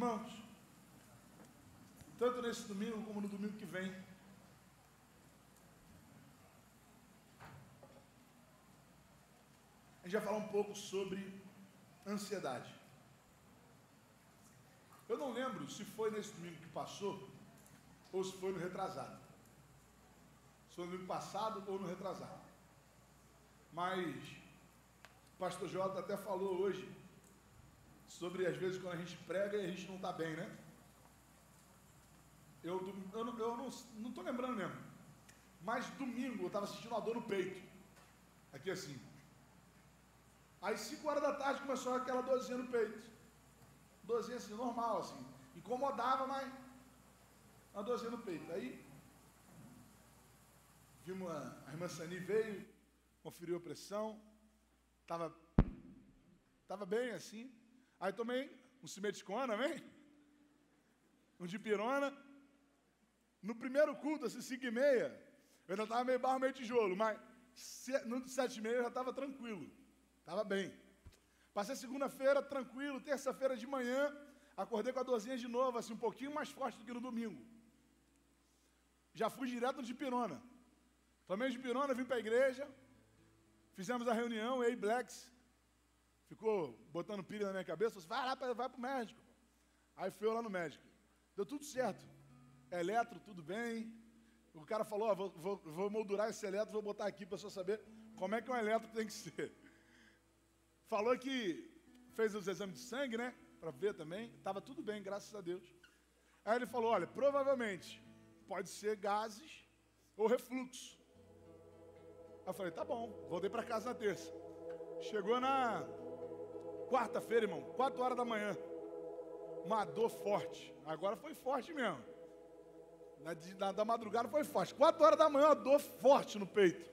Irmãos, tanto nesse domingo como no domingo que vem, a gente vai falar um pouco sobre ansiedade. Eu não lembro se foi nesse domingo que passou ou se foi no retrasado. Se foi no domingo passado ou no retrasado. Mas o pastor Jota até falou hoje sobre, às vezes, quando a gente prega e a gente não está bem, né? Eu não estou lembrando mesmo. Mas domingo eu estava sentindo uma dor no peito. Aqui assim. Aí 5 horas da tarde começou aquela dorzinha no peito. Dorzinha assim, normal assim. Incomodava, mas uma dorzinha no peito. Aí vimos a irmã Sani veio, conferiu a pressão. Tava bem assim. Aí tomei um simeticona, amém? Um dipirona. No primeiro culto, assim, 5h30, eu ainda estava meio barro, meio tijolo, mas no 7h30 eu já estava tranquilo. Estava bem. Passei segunda-feira tranquilo, terça-feira de manhã, acordei com a dorzinha de novo, assim, um pouquinho mais forte do que no domingo. Já fui direto no dipirona. Tomei o dipirona, vim para a igreja, fizemos a reunião, e aí Blacks ficou botando pilha na minha cabeça, falou assim, vai para o médico. Aí fui eu lá no médico. Deu tudo certo. Eletro, tudo bem. O cara falou, vou moldurar esse eletro, vou botar aqui para a pessoa saber como é que um eletro tem que ser. Falou que fez os exames de sangue, né? Para ver também. Estava tudo bem, graças a Deus. Aí ele falou, olha, provavelmente pode ser gases ou refluxo. Aí eu falei, tá bom. Voltei para casa na terça. Chegou na quarta-feira, irmão, 4 horas da manhã. Uma dor forte. Agora foi forte mesmo. Da madrugada foi forte. 4 horas da manhã, uma dor forte no peito.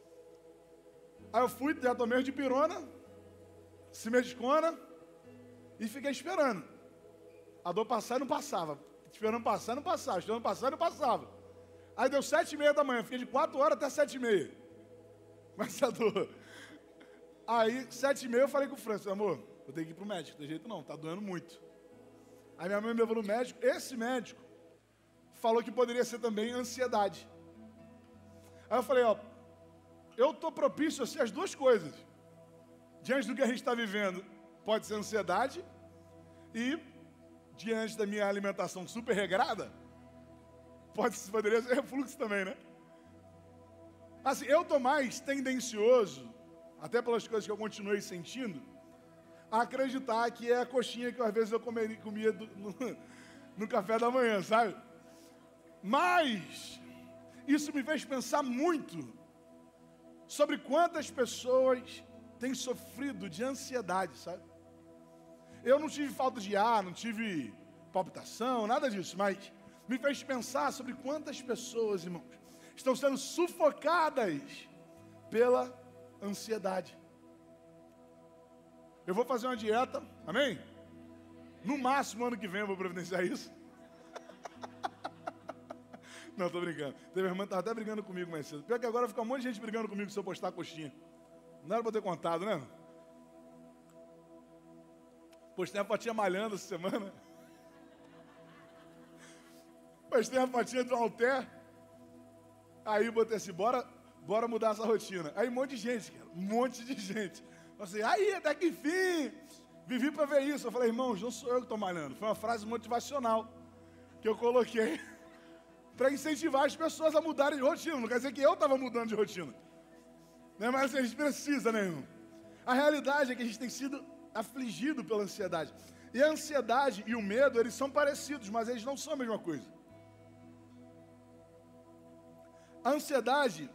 Aí eu fui, já tomei o dipirona, simeticona, e fiquei esperando. A dor passar e não passava. Esperando passar e não passava. Esperando passar e não passava. Aí deu 7h30 da manhã. Fiquei de 4 horas até 7h30. Mas a dor. Aí, 7h30, eu falei com o Francis, amor, eu tenho que ir pro médico. Não tem jeito não, tá doendo muito. Aí minha mãe me levou no médico. Esse médico falou que poderia ser também ansiedade. Aí eu falei, ó, eu estou propício a ser as duas coisas. Diante do que a gente está vivendo, pode ser ansiedade. E, diante da minha alimentação super regrada, poderia ser refluxo também, né? Assim, eu estou mais tendencioso, até pelas coisas que eu continuei sentindo, a acreditar que é a coxinha que às vezes eu comia no café da manhã, sabe? Mas isso me fez pensar muito sobre quantas pessoas têm sofrido de ansiedade, sabe? Eu não tive falta de ar, não tive palpitação, nada disso, mas me fez pensar sobre quantas pessoas, irmãos, estão sendo sufocadas pela ansiedade. Eu vou fazer uma dieta, amém? No máximo ano que vem eu vou providenciar isso. Não, tô brincando. Teve irmã que estava até brigando comigo mais cedo. Pior que agora fica um monte de gente brigando comigo se eu postar a coxinha. Não era para ter contado, né? Postei a fotinha malhando essa semana. Postei a fotinha do halter. Aí botei assim, bora mudar essa rotina. Aí um monte de gente, cara, um monte de gente. Eu falei, aí, até que enfim, vivi para ver isso. Eu falei, irmãos, não sou eu que estou malhando. Foi uma frase motivacional que eu coloquei para incentivar as pessoas a mudarem de rotina. Não quer dizer que eu estava mudando de rotina. Né? Mas assim, a gente precisa, né, irmão? A realidade é que a gente tem sido afligido pela ansiedade. E a ansiedade e o medo, eles são parecidos, mas eles não são a mesma coisa. A ansiedade,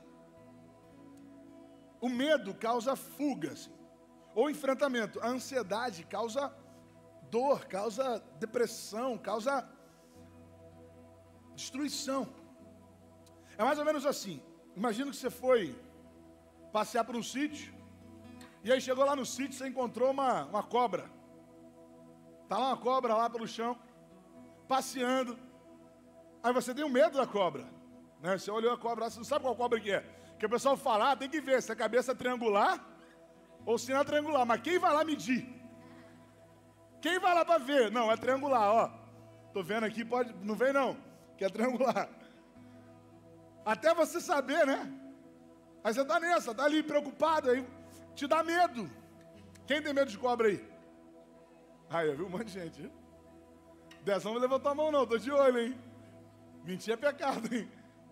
o medo causa fuga, assim, ou enfrentamento. A ansiedade causa dor, causa depressão, causa destruição. É mais ou menos assim. Imagina que você foi passear por um sítio, e aí chegou lá no sítio, você encontrou uma cobra. Está lá uma cobra lá pelo chão, passeando. Aí você tem um medo da cobra, né? Você olhou a cobra, você não sabe qual cobra que é. Porque o pessoal fala, tem que ver se a cabeça é triangular ou se não é triangular. Mas quem vai lá medir? Quem vai lá para ver? Não, é triangular, ó. Tô vendo aqui, pode, não vem não, que é triangular. Até você saber, né? Aí você tá nessa, tá ali preocupado, aí te dá medo. Quem tem medo de cobra aí? Aí, viu? Um monte de gente, hein? Dessa não levantou a mão não, tô de olho, hein? Mentir é pecado, hein?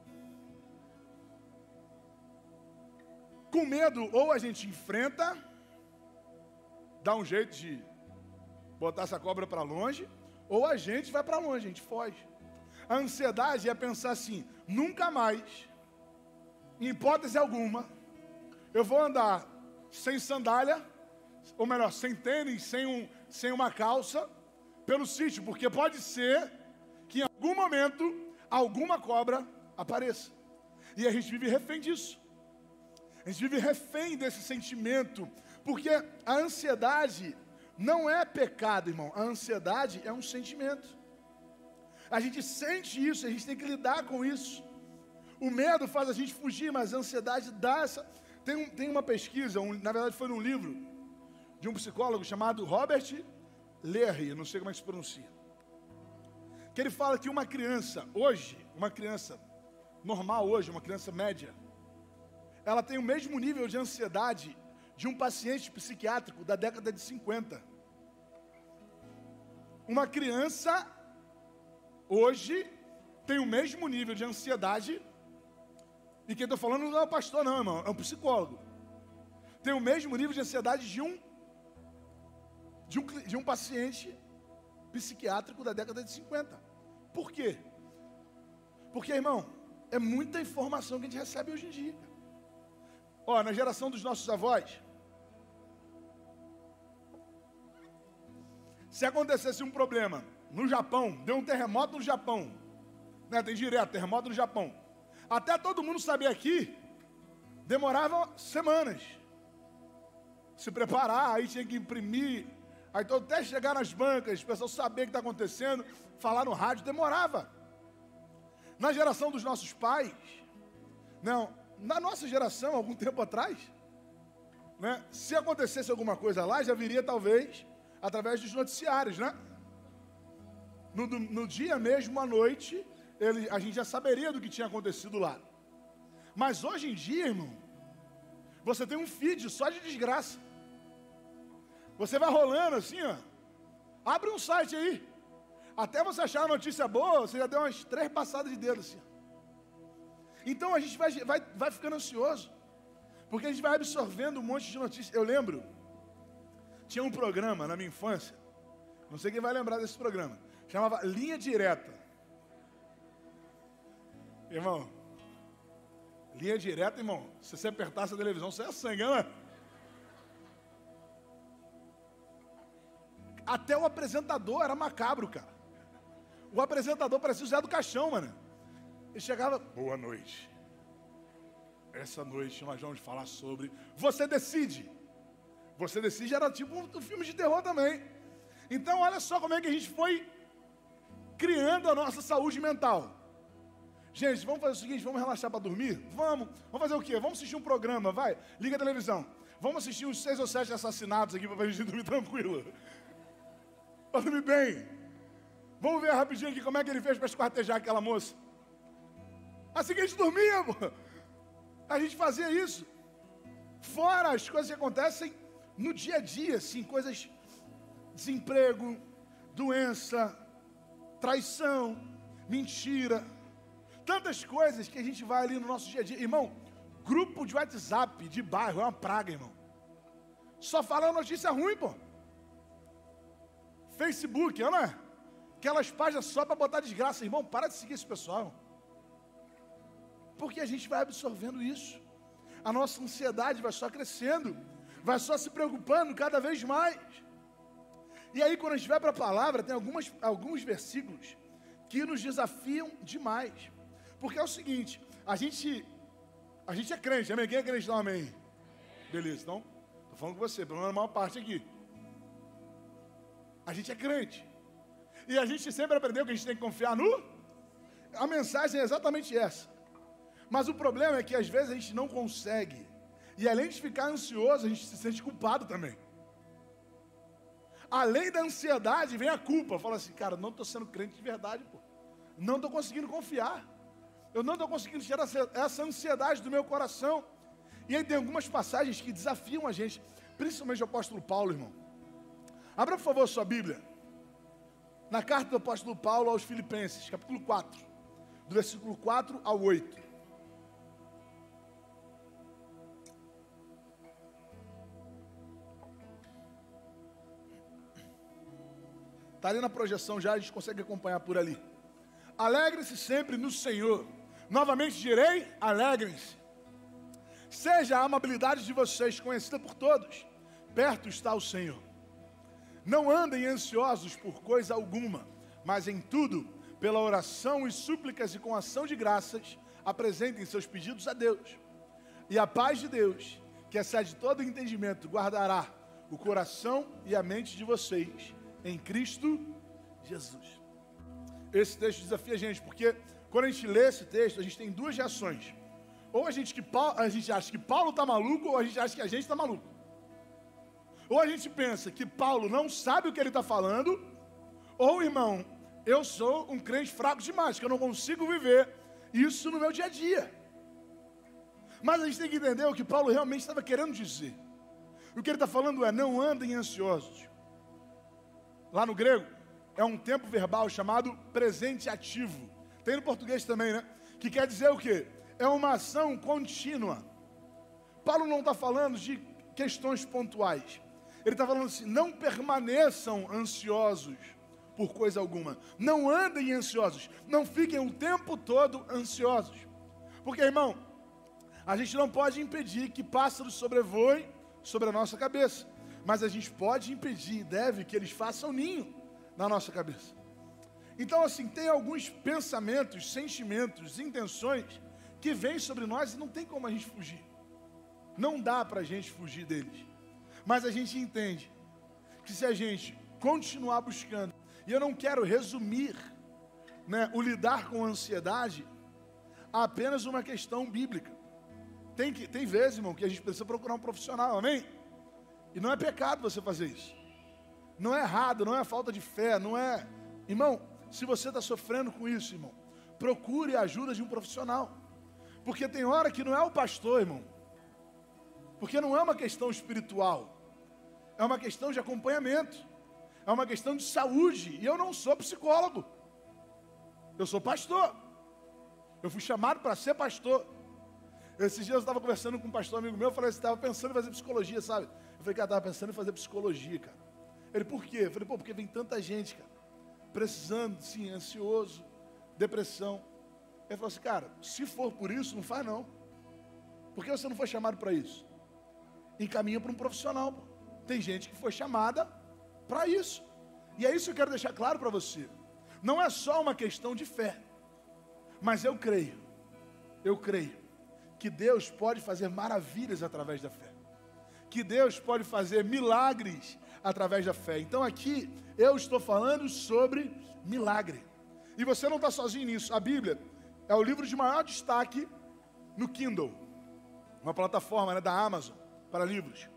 Com medo, ou a gente enfrenta, dá um jeito de botar essa cobra para longe, ou a gente vai para longe, a gente foge. A ansiedade é pensar assim, nunca mais, em hipótese alguma, eu vou andar sem sandália, ou melhor, sem tênis, sem uma calça, pelo sítio, porque pode ser que em algum momento, alguma cobra apareça. E a gente vive refém disso. A gente vive refém desse sentimento, porque a ansiedade não é pecado, irmão. A ansiedade é um sentimento. A gente sente isso, a gente tem que lidar com isso. O medo faz a gente fugir, mas a ansiedade dá essa... Tem uma pesquisa, na verdade foi num livro, de um psicólogo chamado Robert Leahy, não sei como é que se pronuncia, que ele fala que uma criança hoje, uma criança normal hoje, uma criança média, ela tem o mesmo nível de ansiedade de um paciente psiquiátrico da década de 50. Uma criança hoje tem o mesmo nível de ansiedade, e quem está falando não é o pastor não, irmão, é um psicólogo. Tem o mesmo nível de ansiedade de um paciente psiquiátrico da década de 50. Por quê? Porque, irmão, é muita informação que a gente recebe hoje em dia. Ó, na geração dos nossos avós, se acontecesse um problema no Japão, deu um terremoto no Japão, né, tem direto, terremoto no Japão, até todo mundo saber aqui, demorava semanas. Se preparar, aí tinha que imprimir, aí até chegar nas bancas, o pessoal saber o que está acontecendo, falar no rádio, demorava. Na geração dos nossos pais, não, na nossa geração, algum tempo atrás, né, se acontecesse alguma coisa lá, já viria talvez através dos noticiários, né? No dia mesmo, à noite, a gente já saberia do que tinha acontecido lá. Mas hoje em dia, irmão, você tem um feed só de desgraça. Você vai rolando assim, ó. Abre um site aí. Até você achar uma notícia boa, você já deu umas 3 passadas de dedo assim. Então a gente vai ficando ansioso. Porque a gente vai absorvendo um monte de notícias. Eu lembro, tinha um programa na minha infância, não sei quem vai lembrar desse programa, chamava Linha Direta. Irmão, linha direta, irmão, se você apertasse a televisão, você é sangue, né? Até o apresentador era macabro, cara. O apresentador parecia o Zé do Caixão, mano. Ele chegava, boa noite. Essa noite nós vamos falar sobre Você Decide. Você Decide era tipo um filme de terror também. Então olha só como é que a gente foi criando a nossa saúde mental. Gente, vamos fazer o seguinte, vamos relaxar para dormir? Vamos fazer o quê? Vamos assistir um programa, vai, liga a televisão. Vamos assistir uns 6 ou 7 assassinatos aqui para a gente dormir tranquilo. Para dormir bem. Vamos ver rapidinho aqui como é que ele fez para esquartejar aquela moça. Assim que a gente dormia, pô. A gente fazia isso. Fora as coisas que acontecem no dia a dia, assim, coisas, desemprego, doença, traição, mentira, tantas coisas que a gente vai ali no nosso dia a dia. Irmão, grupo de WhatsApp de bairro é uma praga, irmão. Só fala notícia ruim, pô. Facebook, não é? Aquelas páginas só para botar desgraça. Irmão, para de seguir esse pessoal, irmão. Porque a gente vai absorvendo isso. A nossa ansiedade vai só crescendo, vai só se preocupando cada vez mais. E aí, quando a gente vai para a palavra, tem alguns versículos que nos desafiam demais. Porque é o seguinte, a gente é crente, amém? Quem é crente? Não, amém? Beleza, então, estou falando com você, pelo menos a maior parte aqui. A gente é crente. E a gente sempre aprendeu que a gente tem que confiar no... A mensagem é exatamente essa. Mas o problema é que às vezes a gente não consegue. E além de ficar ansioso, a gente se sente culpado também. Além da ansiedade, vem a culpa. Fala assim, cara, não estou sendo crente de verdade, pô. Não estou conseguindo confiar. Eu não estou conseguindo tirar essa ansiedade do meu coração. E aí tem algumas passagens que desafiam a gente, principalmente o apóstolo Paulo, irmão. Abra, por favor, a sua Bíblia. Na carta do apóstolo Paulo aos Filipenses, capítulo 4, do versículo 4 ao 8. Está ali na projeção já, a gente consegue acompanhar por ali. Alegrem-se sempre no Senhor. Novamente direi, alegrem-se. Seja a amabilidade de vocês conhecida por todos. Perto está o Senhor. Não andem ansiosos por coisa alguma, mas em tudo, pela oração e súplicas e com ação de graças, apresentem seus pedidos a Deus. E a paz de Deus, que excede todo entendimento, guardará o coração e a mente de vocês em Cristo Jesus. Esse texto desafia a gente, porque quando a gente lê esse texto, a gente tem duas reações. Ou a gente acha que Paulo está maluco, ou a gente acha que a gente está maluco. Ou a gente pensa que Paulo não sabe o que ele está falando, ou, irmão, eu sou um crente fraco demais, que eu não consigo viver isso no meu dia a dia. Mas a gente tem que entender o que Paulo realmente estava querendo dizer. O que ele está falando é, não andem ansiosos. Lá no grego, é um tempo verbal chamado presente ativo. Tem no português também, né? Que quer dizer o quê? É uma ação contínua. Paulo não está falando de questões pontuais. Ele está falando assim, não permaneçam ansiosos por coisa alguma. Não andem ansiosos. Não fiquem o tempo todo ansiosos. Porque, irmão, a gente não pode impedir que pássaros sobrevoem sobre a nossa cabeça. Mas a gente pode impedir, deve, que eles façam ninho na nossa cabeça. Então, assim, tem alguns pensamentos, sentimentos, intenções que vêm sobre nós e não tem como a gente fugir. Não dá para a gente fugir deles. Mas a gente entende que se a gente continuar buscando, e eu não quero resumir, né, o lidar com a ansiedade a apenas uma questão bíblica. Tem vezes, irmão, que a gente precisa procurar um profissional, amém? E não é pecado você fazer isso. Não é errado, não é falta de fé, não é... Irmão, se você está sofrendo com isso, irmão, procure a ajuda de um profissional. Porque tem hora que não é o pastor, irmão. Porque não é uma questão espiritual. É uma questão de acompanhamento. É uma questão de saúde. E eu não sou psicólogo. Eu sou pastor. Eu fui chamado para ser pastor. Esses dias eu estava conversando com um pastor amigo meu, eu falei, você estava pensando em fazer psicologia, sabe? Eu falei, cara, estava pensando em fazer psicologia, cara. Ele, por quê? Eu falei, pô, porque vem tanta gente, cara, precisando, sim, ansioso, depressão. Ele falou assim, cara, se for por isso, não faz não. Por que você não foi chamado para isso? Encaminha para um profissional, pô. Tem gente que foi chamada para isso. E é isso que eu quero deixar claro para você. Não é só uma questão de fé. Mas eu creio que Deus pode fazer maravilhas através da fé. Que Deus pode fazer milagres através da fé. Então aqui eu estou falando sobre milagre. E você não está sozinho nisso. A Bíblia é o livro de maior destaque no Kindle. Uma plataforma, né, da Amazon para livros.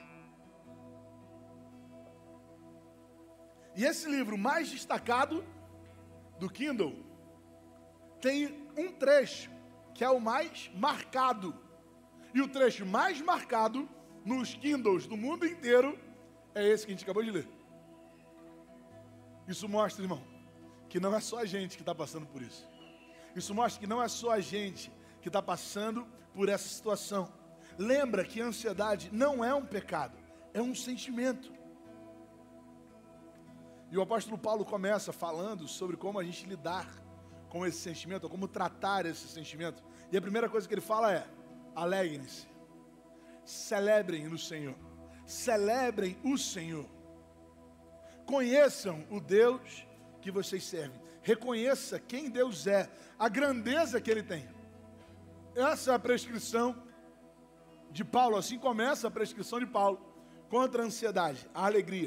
E esse livro mais destacado do Kindle tem um trecho que é o mais marcado. E o trecho mais marcado nos Kindles do mundo inteiro é esse que a gente acabou de ler. Isso mostra, irmão, que não é só a gente que está passando por isso. Isso mostra que não é só a gente que está passando por essa situação. Lembra que a ansiedade não é um pecado, é um sentimento. E o apóstolo Paulo começa falando sobre como a gente lidar com esse sentimento, ou como tratar esse sentimento. E a primeira coisa que ele fala é, alegrem-se, celebrem no Senhor, celebrem o Senhor. Conheçam o Deus que vocês servem, reconheça quem Deus é, a grandeza que Ele tem. Essa é a prescrição de Paulo, assim começa a prescrição de Paulo contra a ansiedade, a alegria.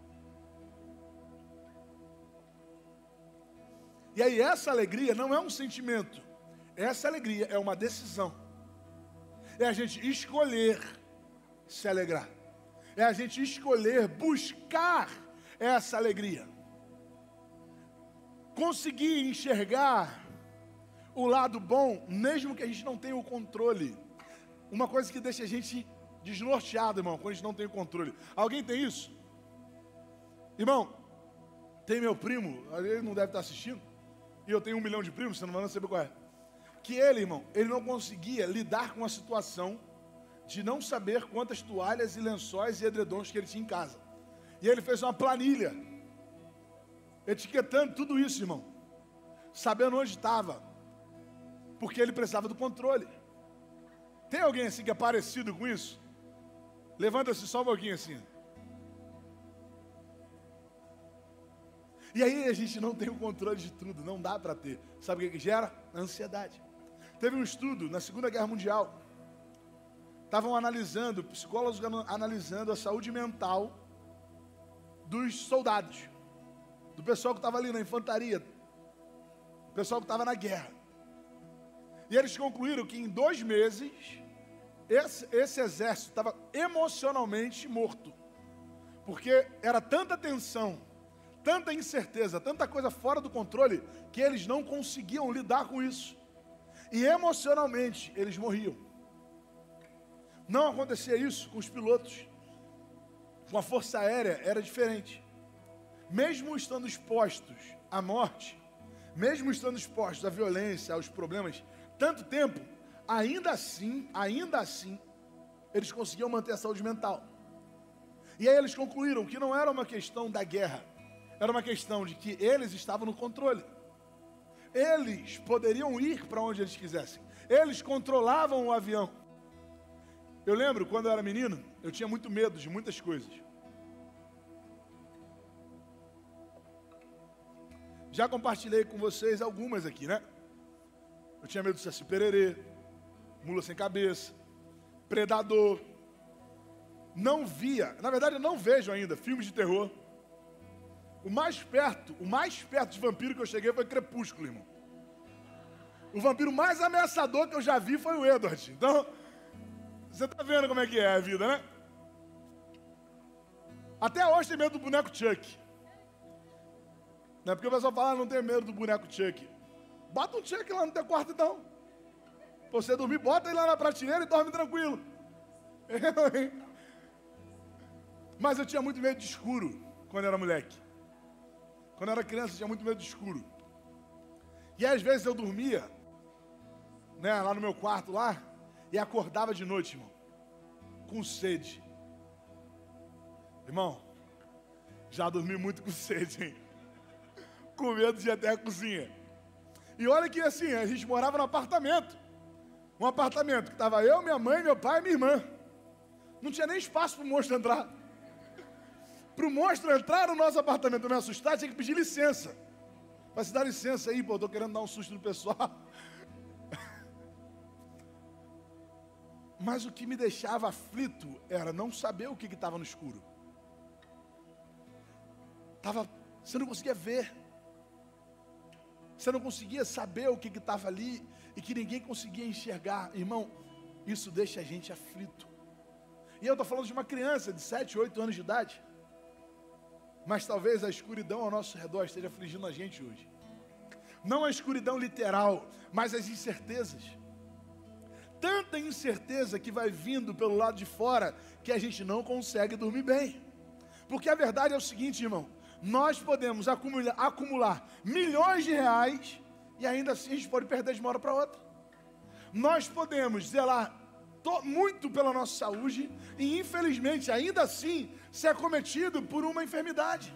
E aí essa alegria não é um sentimento, essa alegria é uma decisão. É a gente escolher se alegrar, é a gente escolher buscar é essa alegria. Conseguir enxergar o lado bom, mesmo que a gente não tenha o controle. Uma coisa que deixa a gente desnorteado, irmão, quando a gente não tem o controle. Alguém tem isso? Irmão, tem meu primo, ele não deve estar assistindo, e eu tenho 1 milhão de primos, você não vai saber qual é. Que ele, irmão, ele não conseguia lidar com a situação de não saber quantas toalhas e lençóis e edredons que ele tinha em casa. E ele fez uma planilha, etiquetando tudo isso, irmão, sabendo onde estava, porque ele precisava do controle. Tem alguém assim que é parecido com isso? Levanta-se só um pouquinho assim. E aí a gente não tem o controle de tudo, não dá para ter. Sabe o que gera? Ansiedade. Teve um estudo na Segunda Guerra Mundial. Estavam analisando, psicólogos analisando a saúde mental dos soldados, do pessoal que estava ali na infantaria, do pessoal que estava na guerra. E eles concluíram que em 2 meses, esse exército estava emocionalmente morto. Porque era tanta tensão, tanta incerteza, tanta coisa fora do controle, que eles não conseguiam lidar com isso. E emocionalmente, eles morriam. Não acontecia isso com os pilotos. Com a força aérea era diferente. Mesmo estando expostos à morte, mesmo estando expostos à violência, aos problemas, tanto tempo, ainda assim, eles conseguiam manter a saúde mental. E aí eles concluíram que não era uma questão da guerra, era uma questão de que eles estavam no controle. Eles poderiam ir para onde eles quisessem. Eles controlavam o avião. Eu lembro, quando eu era menino, eu tinha muito medo de muitas coisas. Já compartilhei com vocês algumas aqui, né? Eu tinha medo de Saci Pererê, Mula Sem Cabeça, Predador. Não via, na verdade eu não vejo ainda filmes de terror. O mais perto de vampiro que eu cheguei foi Crepúsculo, irmão. O vampiro mais ameaçador que eu já vi foi o Edward. Então, você tá vendo como é que é a vida, né? Até hoje tem medo do boneco Chuck. Não é porque o pessoal fala, não tem medo do boneco Chuck. Bota um Chuck lá no teu quarto, então. Pra você dormir, bota ele lá na prateleira e dorme tranquilo. Mas eu tinha muito medo de escuro quando eu era moleque. Quando eu era criança, eu tinha muito medo de escuro. E às vezes eu dormia, né, lá no meu quarto lá, e acordava de noite, irmão, com sede. Irmão, já dormi muito com sede, hein? Com medo de ir até a cozinha. E olha que assim, a gente morava num apartamento. Um apartamento que estava eu, minha mãe, meu pai e minha irmã. Não tinha nem espaço para o monstro entrar. Para o monstro entrar no nosso apartamento e me assustar, tinha que pedir licença. Para se dar licença aí, pô, eu estou querendo dar um susto no pessoal. Mas o que me deixava aflito era não saber o que estava no escuro. Você não conseguia ver. Você não conseguia saber o que estava ali e que ninguém conseguia enxergar. Irmão, isso deixa a gente aflito. E eu estou falando de uma criança de 7, 8 anos de idade. Mas talvez a escuridão ao nosso redor esteja afligindo a gente hoje. Não a escuridão literal, mas as incertezas. Tanta incerteza que vai vindo pelo lado de fora que a gente não consegue dormir bem. Porque a verdade é o seguinte, irmão. Nós podemos acumular milhões de reais e ainda assim a gente pode perder de uma hora para outra. Nós podemos zelar muito pela nossa saúde e infelizmente ainda assim ser acometido por uma enfermidade.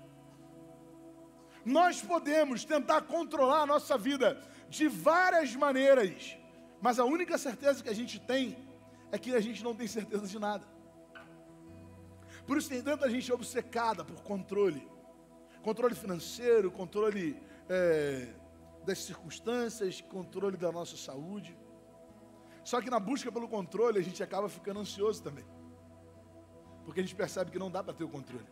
Nós podemos tentar controlar a nossa vida de várias maneiras, mas a única certeza que a gente tem é que a gente não tem certeza de nada. Por isso tem tanta gente obcecada por controle. Controle financeiro, controle das circunstâncias, controle da nossa saúde. Só que na busca pelo controle, a gente acaba ficando ansioso também. Porque a gente percebe que não dá para ter o controle.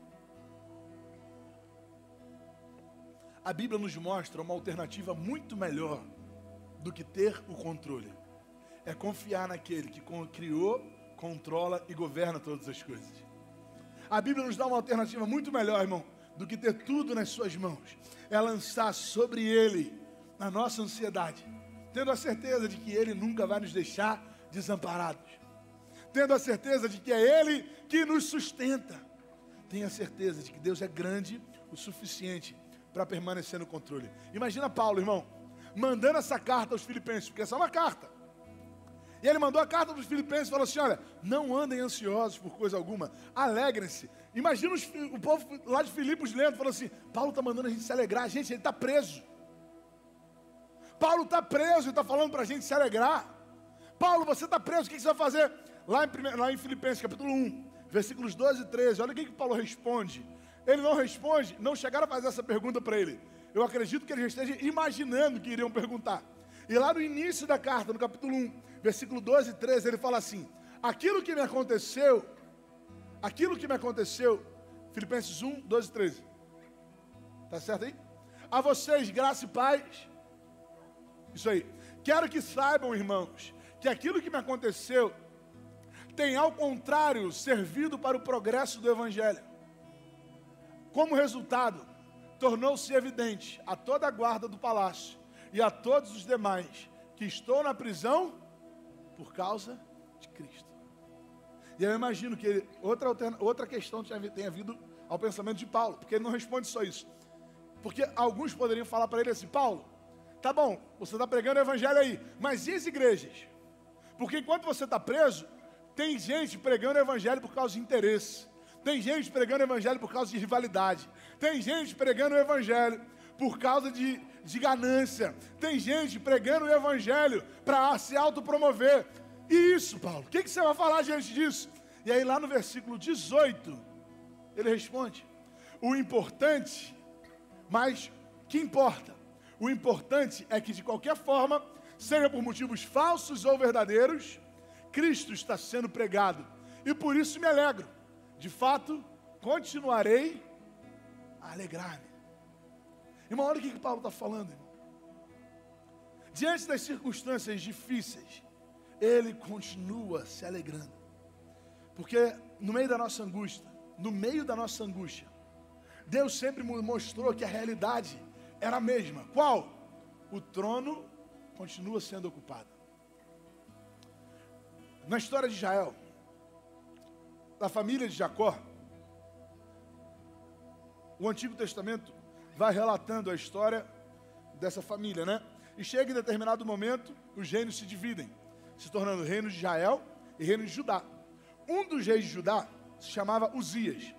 A Bíblia nos mostra uma alternativa muito melhor do que ter o controle. É confiar naquele que criou, controla e governa todas as coisas. A Bíblia nos dá uma alternativa muito melhor, irmão, do que ter tudo nas suas mãos. É lançar sobre Ele a nossa ansiedade, tendo a certeza de que Ele nunca vai nos deixar desamparados. Tendo a certeza de que é Ele que nos sustenta. Tenha a certeza de que Deus é grande o suficiente para permanecer no controle. Imagina Paulo, irmão, mandando essa carta aos filipenses, porque essa é uma carta. E ele mandou a carta para os filipenses e falou assim, olha, não andem ansiosos por coisa alguma, alegrem-se. Imagina o povo lá de Filipos lendo, falando assim, Paulo está mandando a gente se alegrar. Gente, ele está preso. Paulo está preso e está falando para a gente se alegrar. Paulo, você está preso, o que você vai fazer? Lá em Filipenses, capítulo 1, versículos 12 e 13, olha o que Paulo responde. Ele não responde, não chegaram a fazer essa pergunta para ele. Eu acredito que ele já esteja imaginando que iriam perguntar. E lá no início da carta, no capítulo 1, versículo 12 e 13, ele fala assim, aquilo que me aconteceu, Filipenses 1, 12 e 13. Tá certo aí? A vocês, graça e paz. Isso aí. Quero que saibam, irmãos, que aquilo que me aconteceu tem, ao contrário, servido para o progresso do Evangelho. Como resultado, tornou-se evidente a toda a guarda do palácio e a todos os demais que estou na prisão por causa de Cristo. E eu imagino que outra questão tenha vindo ao pensamento de Paulo, porque ele não responde só isso. Porque alguns poderiam falar para ele assim, Paulo, tá bom, você está pregando o Evangelho aí, mas e as igrejas? Porque enquanto você está preso, tem gente pregando o Evangelho por causa de interesse. Tem gente pregando o Evangelho por causa de rivalidade. Tem gente pregando o Evangelho por causa de ganância. Tem gente pregando o Evangelho para se autopromover. E isso, Paulo, o que você vai falar diante disso? E aí lá no versículo 18, ele responde, o importante, mas que importa? O importante é que de qualquer forma, seja por motivos falsos ou verdadeiros, Cristo está sendo pregado. E por isso me alegro. De fato, continuarei a alegrar-me. Irmão, olha o que Paulo está falando, irmão. Diante das circunstâncias difíceis, ele continua se alegrando. Porque no meio da nossa angústia, Deus sempre mostrou que a realidade era a mesma. Qual? O trono continua sendo ocupado. Na história de Israel, da família de Jacó, o Antigo Testamento vai relatando a história dessa família, né? E chega em determinado momento, os reinos se dividem, se tornando reino de Israel e reino de Judá. Um dos reis de Judá se chamava Uzias.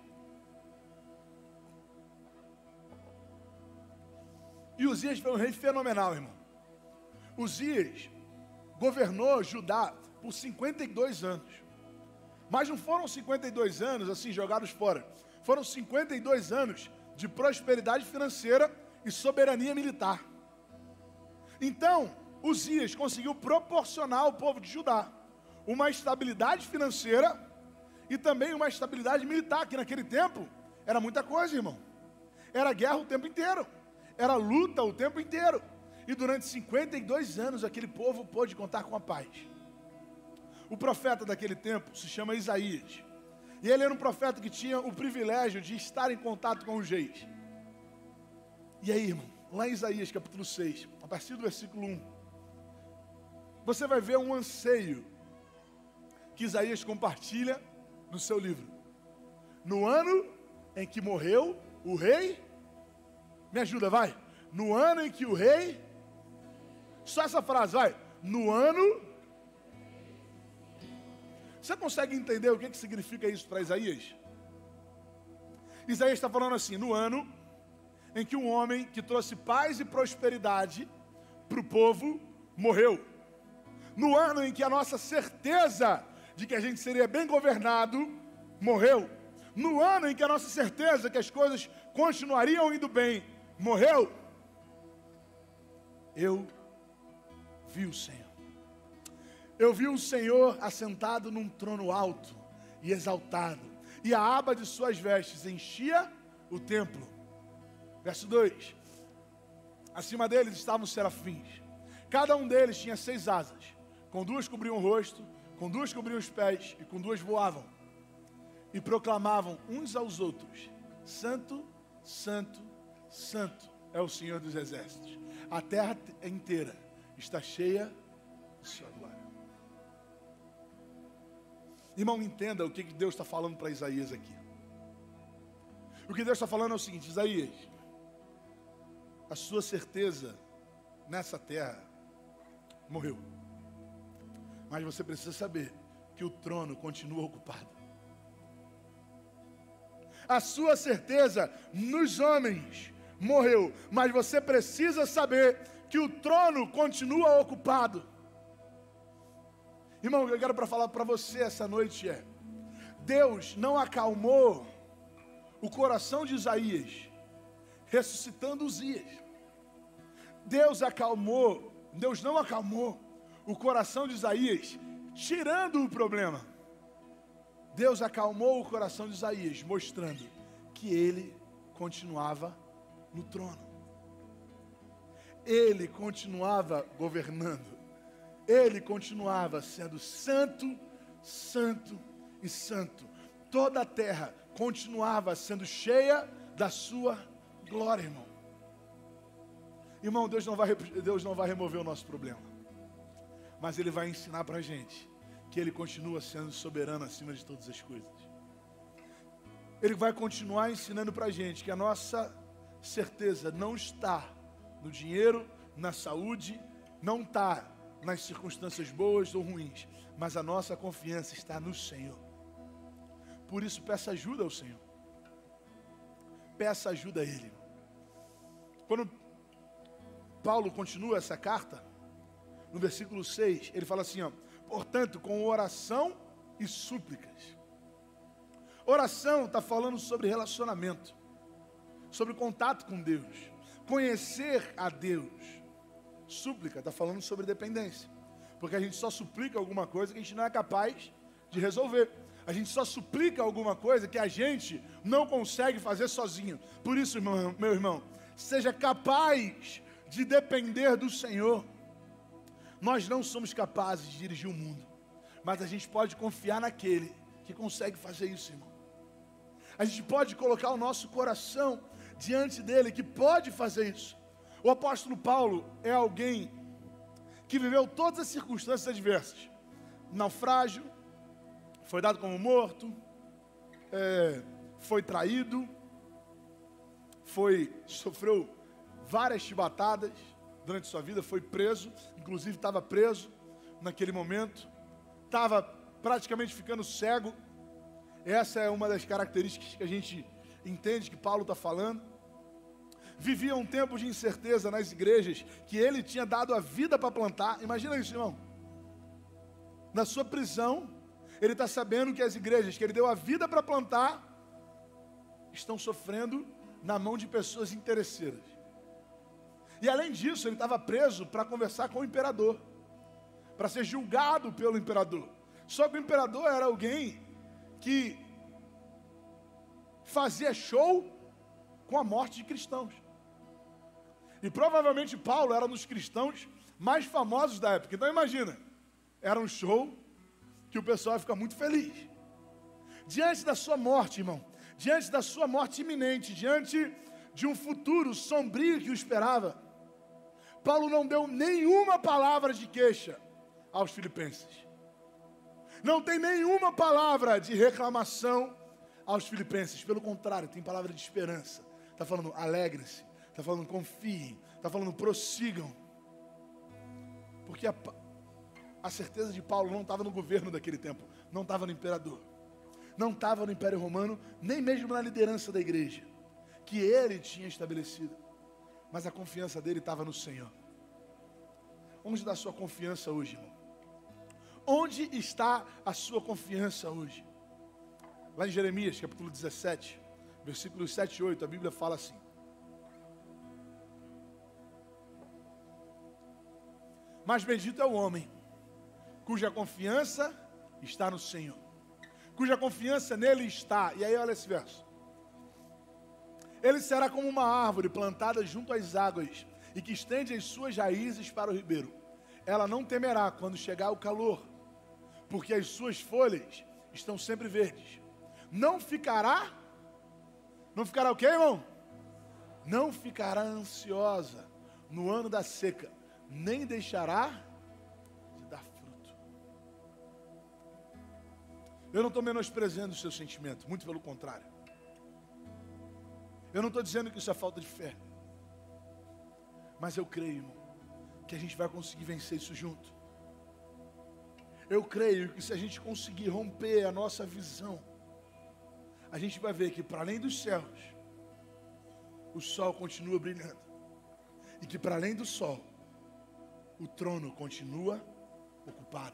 E Uzias foi um rei fenomenal, irmão. Uzias governou Judá por 52 anos. Mas não foram 52 anos assim jogados fora. Foram 52 anos de prosperidade financeira e soberania militar. Então, Uzias conseguiu proporcionar ao povo de Judá uma estabilidade financeira e também uma estabilidade militar, que naquele tempo era muita coisa, irmão. Era guerra o tempo inteiro, era luta o tempo inteiro. E durante 52 anos aquele povo pôde contar com a paz. O profeta daquele tempo se chama Isaías. E ele era um profeta que tinha o privilégio de estar em contato com os reis. E aí, irmão, lá em Isaías capítulo 6, a partir do versículo 1, você vai ver um anseio que Isaías compartilha no seu livro. No ano em que morreu o rei, me ajuda, vai. No ano em que o rei, só essa frase, vai. No ano, você consegue entender o que significa isso para Isaías? Isaías está falando assim, no ano em que um homem que trouxe paz e prosperidade para o povo morreu. No ano em que a nossa certeza de que a gente seria bem governado morreu. No ano em que a nossa certeza que as coisas continuariam indo bem morreu. Eu vi o Senhor. Eu vi o Senhor assentado num trono alto e exaltado, e a aba de suas vestes enchia o templo. Verso 2. Acima deles estavam os serafins. Cada um deles tinha 6 asas. Com 2 cobriam o rosto, com 2 cobriam os pés, e com 2 voavam. E proclamavam uns aos outros: Santo, santo, santo é o Senhor dos exércitos. A terra inteira está cheia de sua glória. Irmão, entenda o que Deus está falando para Isaías aqui. O que Deus está falando é o seguinte: Isaías, a sua certeza nessa terra morreu. Mas você precisa saber que o trono continua ocupado. A sua certeza nos homens morreu, mas você precisa saber que o trono continua ocupado. Irmão, o que eu quero falar para você essa noite é: Deus não acalmou o coração de Isaías ressuscitando Uzias. Deus não acalmou o coração de Isaías tirando o problema. Deus acalmou o coração de Isaías mostrando que ele continuava no trono. Ele continuava governando. Ele continuava sendo santo, santo e santo. Toda a terra continuava sendo cheia da sua glória, irmão. Irmão, Deus não vai remover o nosso problema, mas Ele vai ensinar para a gente que Ele continua sendo soberano acima de todas as coisas. Ele vai continuar ensinando para a gente que a nossa certeza não está no dinheiro, na saúde, não está nas circunstâncias boas ou ruins, mas a nossa confiança está no Senhor. Por isso, peça ajuda ao Senhor. Peça ajuda a Ele. Quando Paulo continua essa carta, no versículo 6, ele fala assim, ó: portanto, com oração e súplicas. Oração está falando sobre relacionamento, sobre contato com Deus, conhecer a Deus. Súplica está falando sobre dependência, porque a gente só suplica alguma coisa que a gente não é capaz de resolver. A gente só suplica alguma coisa que a gente não consegue fazer sozinho. Por isso, meu irmão, seja capaz de depender do Senhor. Nós não somos capazes de dirigir o mundo, mas a gente pode confiar naquele que consegue fazer isso, irmão. A gente pode colocar o nosso coração diante dele, que pode fazer isso. O apóstolo Paulo é alguém que viveu todas as circunstâncias adversas. Naufrágio, foi dado como morto, foi traído, sofreu várias chibatadas durante sua vida, foi preso, inclusive estava preso naquele momento, estava praticamente ficando cego. Essa é uma das características que a gente entende que Paulo está falando. Vivia um tempo de incerteza nas igrejas que ele tinha dado a vida para plantar. Imagina isso, irmão. Na sua prisão, ele está sabendo que as igrejas que ele deu a vida para plantar estão sofrendo na mão de pessoas interesseiras. E além disso, ele estava preso para conversar com o imperador, para ser julgado pelo imperador. Só que o imperador era alguém que fazia show com a morte de cristãos. E provavelmente Paulo era um dos cristãos mais famosos da época. Então imagina, era um show que o pessoal ia ficar muito feliz. Diante da sua morte, irmão, diante da sua morte iminente, diante de um futuro sombrio que o esperava, Paulo não deu nenhuma palavra de queixa aos filipenses. Não tem nenhuma palavra de reclamação aos filipenses. Pelo contrário, tem palavra de esperança. Está falando alegrem-se, está falando confiem, está falando prossigam. Porque a certeza de Paulo não estava no governo daquele tempo, não estava no imperador, não estava no Império Romano, nem mesmo na liderança da igreja, que ele tinha estabelecido. Mas a confiança dele estava no Senhor. Onde está a sua confiança hoje, irmão? Onde está a sua confiança hoje? Lá em Jeremias, capítulo 17, versículos 7 e 8, a Bíblia fala assim: mas bendito é o homem cuja confiança está no Senhor, cuja confiança nele está. E aí olha esse verso: ele será como uma árvore plantada junto às águas e que estende as suas raízes para o ribeiro. Ela não temerá quando chegar o calor, porque as suas folhas estão sempre verdes. Não ficará o quê, irmão? não ficará ansiosa no ano da seca, nem deixará de dar fruto. Eu não estou menosprezando o seu sentimento, muito pelo contrário. Eu não estou dizendo que isso é falta de fé. Mas eu creio, irmão, que a gente vai conseguir vencer isso junto. Eu creio que se a gente conseguir romper a nossa visão, a gente vai ver que para além dos céus, o sol continua brilhando. E que para além do sol, o trono continua ocupado.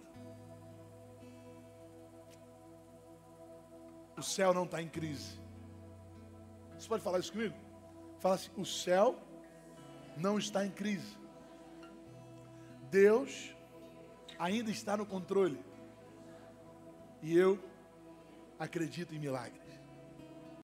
O céu não está em crise. Você pode falar isso comigo? Fala assim: o céu não está em crise. Deus ainda está no controle. E eu acredito em milagres.